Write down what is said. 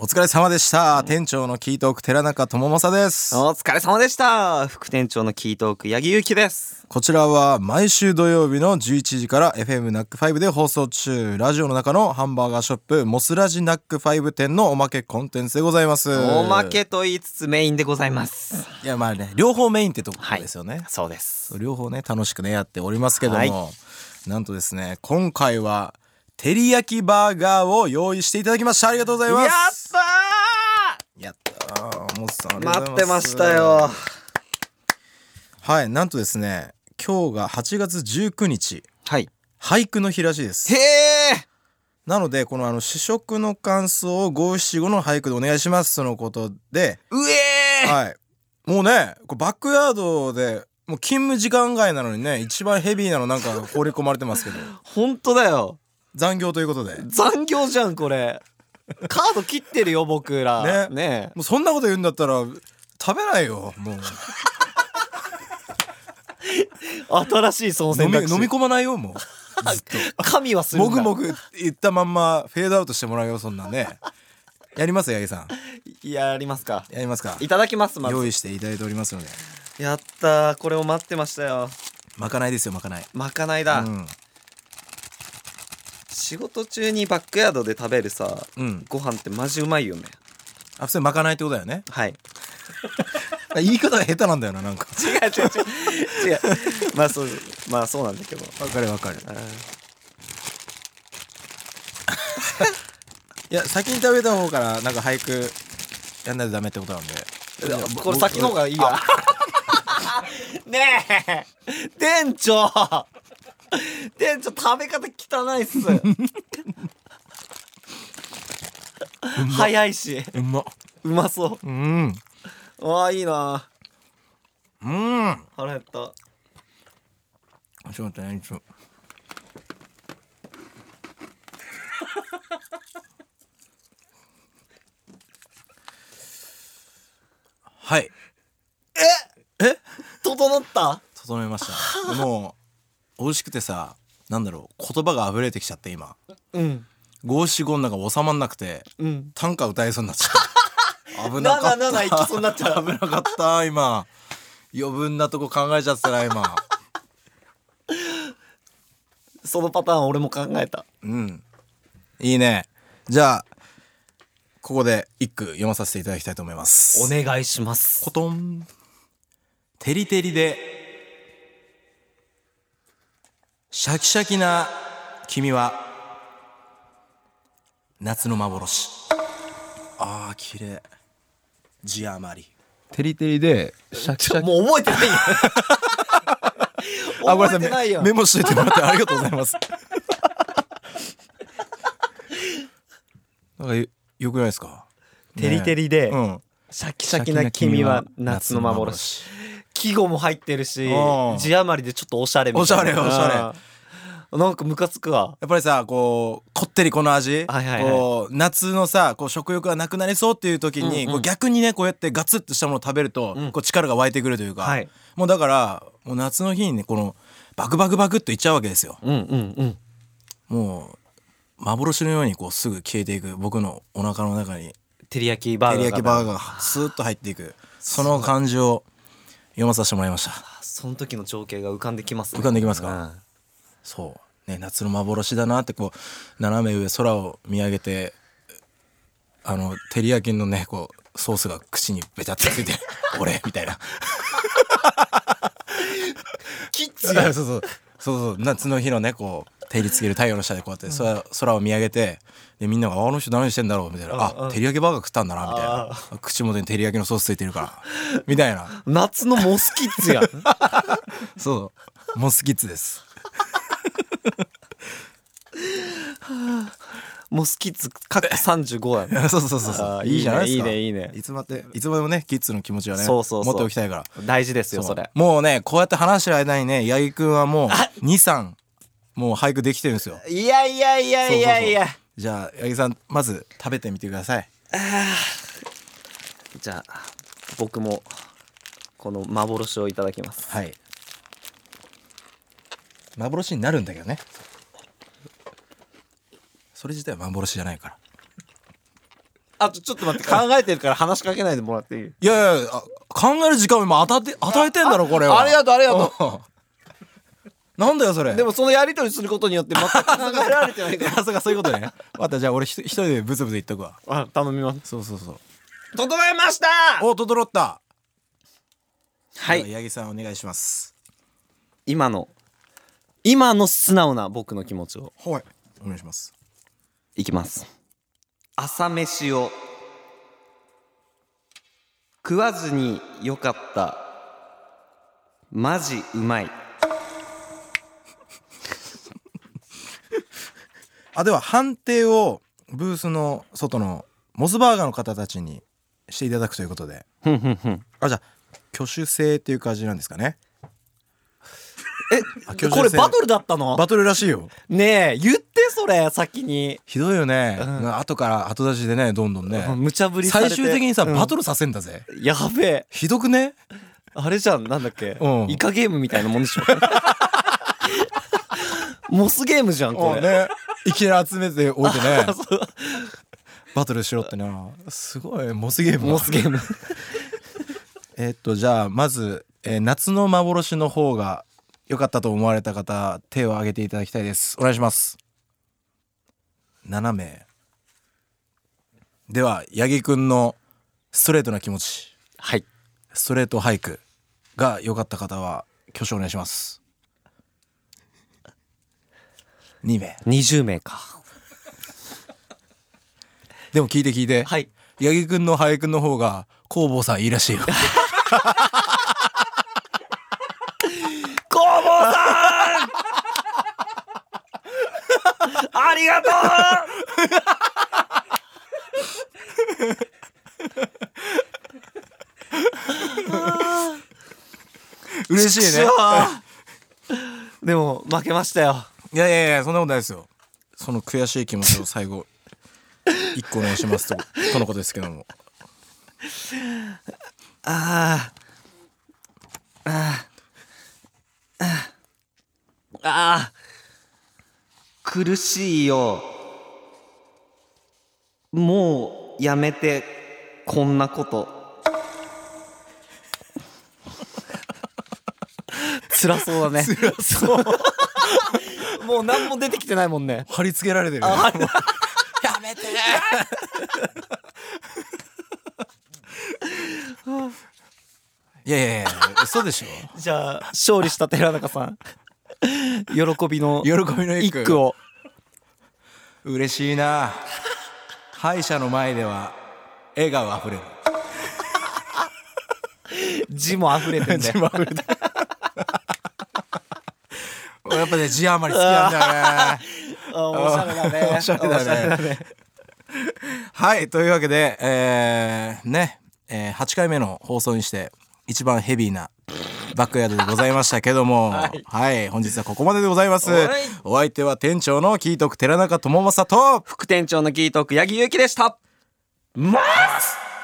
お疲れ様でした。店長のキートーク寺中智正です。 お疲れ様でした。副店長のキートーク八木ゆきです。 こちらは毎週土曜日の11時から FM ナック5で放送中、ラジオの中のハンバーガーショップモスラジナック5店のおまけコンテンツでございます。 おまけと言いつつメインでございます。 いやまあね、両方メインってとこですよね、 はい、そうです。 両方ね楽しくねやっておりますけども、 はい、 なんとですね、今回は照り焼きバーガーを用意していただきました。ありがとうございます。やったー、モスさんありがとうございます。 待ってましたよ。 はい、なんとですね、今日が8月19日、 はい、 俳句の日らしいです。 へー。 なのでこの試食の感想を五七五の俳句でお願いしますとのことで、はい、もうねこれバックヤードでもう勤務時間外なのにね、一番ヘビーなのなんか放り込まれてますけど本当だよ、 残業ということで。 残業じゃんこれ。カード切ってるよ僕らね。 もうそんなこと言うんだったら食べないよもう新しいその選択肢飲み込まないよもうずっと神はするんだ。 もぐもぐ言ったまんまフェードアウトしてもらうよ、そんなんね。やります八木さん。 やりますか。 やりますか。 いただきます。まず用意していただいておりますので。 やったー、これを待ってましたよ。 まかないですよ、まかない。 まかないだ、仕事中にバックヤードで食べるさ、ご飯ってマジうまいよね。 あ、それまかないってことだよね。 はい言い方が下手なんだよな、なんか。 違うまあそうなんだけど。 わかるわかる。いや先に食べた方からなんか俳句やんないとダメってことなんで、 これ先の方がいいやねえ店長食べ方汚いっす早いしうまそう。わあいいな。腹減った。 ちょっと待ってね、はい。 整った。 整えました。でも美味しくてさ、なんだろう、言葉が溢れてきちゃって今。五七五の中収まんなくて、短歌歌えそうになっちゃった。危なかった。 7いきそうになっちゃう。 危なかった今。余分なとこ考えちゃってたな今。 そのパターン俺も考えた。 いいね。じゃあここで一句読まさせていただきたいと思います。 お願いします。 コトン。テリテリでシャキシャキな君は夏の幻。あー綺麗。字余り。テリテリでシャキシャキ。 もう覚えてないよ覚えてないよ。 メモしといてもらってありがとうございますなんかよくないですか。 テリテリでシャキシャキな君は夏の幻。季語も入ってるし字余りでちょっとおしゃれみたいな。 おしゃれなんかムカつくわ。 やっぱりさ、こうこってりこの味、こう夏のさ、こう食欲がなくなりそうっていう時に、こう逆にねこうやってガツッとしたものを食べると、こう力が湧いてくるというか、もうだからもう夏の日にねこのバクバクバクっといっちゃうわけですよ。もう幻のようにこうすぐ消えていく僕のお腹の中に照り焼きバーガーがスーッと入っていく、その感じを読まさせてもらいました。 その時の情景が浮かんできますね。 浮かんできますか。そうね、夏の幻だなってこう斜め上空を見上げて、照り焼きのねこうソースが口にベタってついて俺みたいなキッズやそう夏の日のねこう照りつける太陽の下でこうやって空を見上げて、でみんながあの人何してんだろうみたいな、照り焼きバーガー食ったんだなみたいな、口元に照り焼きのソースついてるからみたいな夏のモスキッズやそうモスキッズですモスキッズかっこ35やねそういいじゃないですか。 いいねいつまでもねキッズの気持ちはね持っておきたいから大事ですよ。それもうねこうやって話してる間にね八木くんはもう2、3もう俳句できてるんですよ。 いやじゃあ八木さんまず食べてみてください。 じゃあ僕もこの幻をいただきます。 はい、幻になるんだけどね、それ自体は幻じゃないから。 ちょっと待って、考えてるから話しかけないでもらっていい？ いやいや、考える時間を今与えてんだろこれは。 ありがとうなんだよそれ。 でもそのやり取りすることによって全く考えられてないから。 そういうことね。またじゃあ俺一人でブツブツ言っとくわ。 頼みます。 そう整えました。 整った。 はい、 八木さんお願いします。 今の素直な僕の気持ちを。 はい、お願いします。 いきます。朝飯を食わずによかった、マジうまい。 では判定をブースの外のモスバーガーの方たちにしていただくということで。じゃあ挙手制っていう感じなんですかね。 これバトルだったの？ バトルらしいよ。 ねえ、言ってそれ先に。 ひどいよね、後から後出しでね、どんどんね、 無茶ぶりされて最終的にさ、バトルさせんだぜ。 やべえ、 ひどくね。 あれじゃん、なんだっけ、イカゲームみたいなもんでしょ。モスゲームじゃんこれね。いきなり集めておいてねバトルしろってな。すごいモスゲーム。じゃあまず、夏の幻の方が良かったと思われた方、手を挙げていただきたいです。お願いします。7名では、八木くんのストレートな気持ち、 はい、 ストレート俳句が良かった方は挙手お願いします。2名。 20名か。 でも聞いて、 はい、 八木くんの俳句の方が工房さんいいらしいよ。 工房さんありがとう嬉しいね。 でも負けましたよ。 いやそんなことないですよ。その悔しい気持ちを最後1個お願いしますとのことですけども。 苦しいよ、もうやめてこんなこと。辛そうだね。辛そうもう何も出てきてないもんね。 貼り付けられてる、ね、やめていや嘘でしょ。 じゃあ勝利した寺中さん、喜びの一句を。 嬉しいな。敗者の前では笑顔あふれる。 字もあふれてんだよ。 やっぱね、字余り好きなんだよね。 おしゃれだね。 おしゃれだね。はい、というわけで、8回目の放送にして一番ヘビーなバックヤードでございましたけども、はい、本日はここまででございます。お相手は店長のキートク寺中智正と副店長のキートク八木ゆうきでした。ます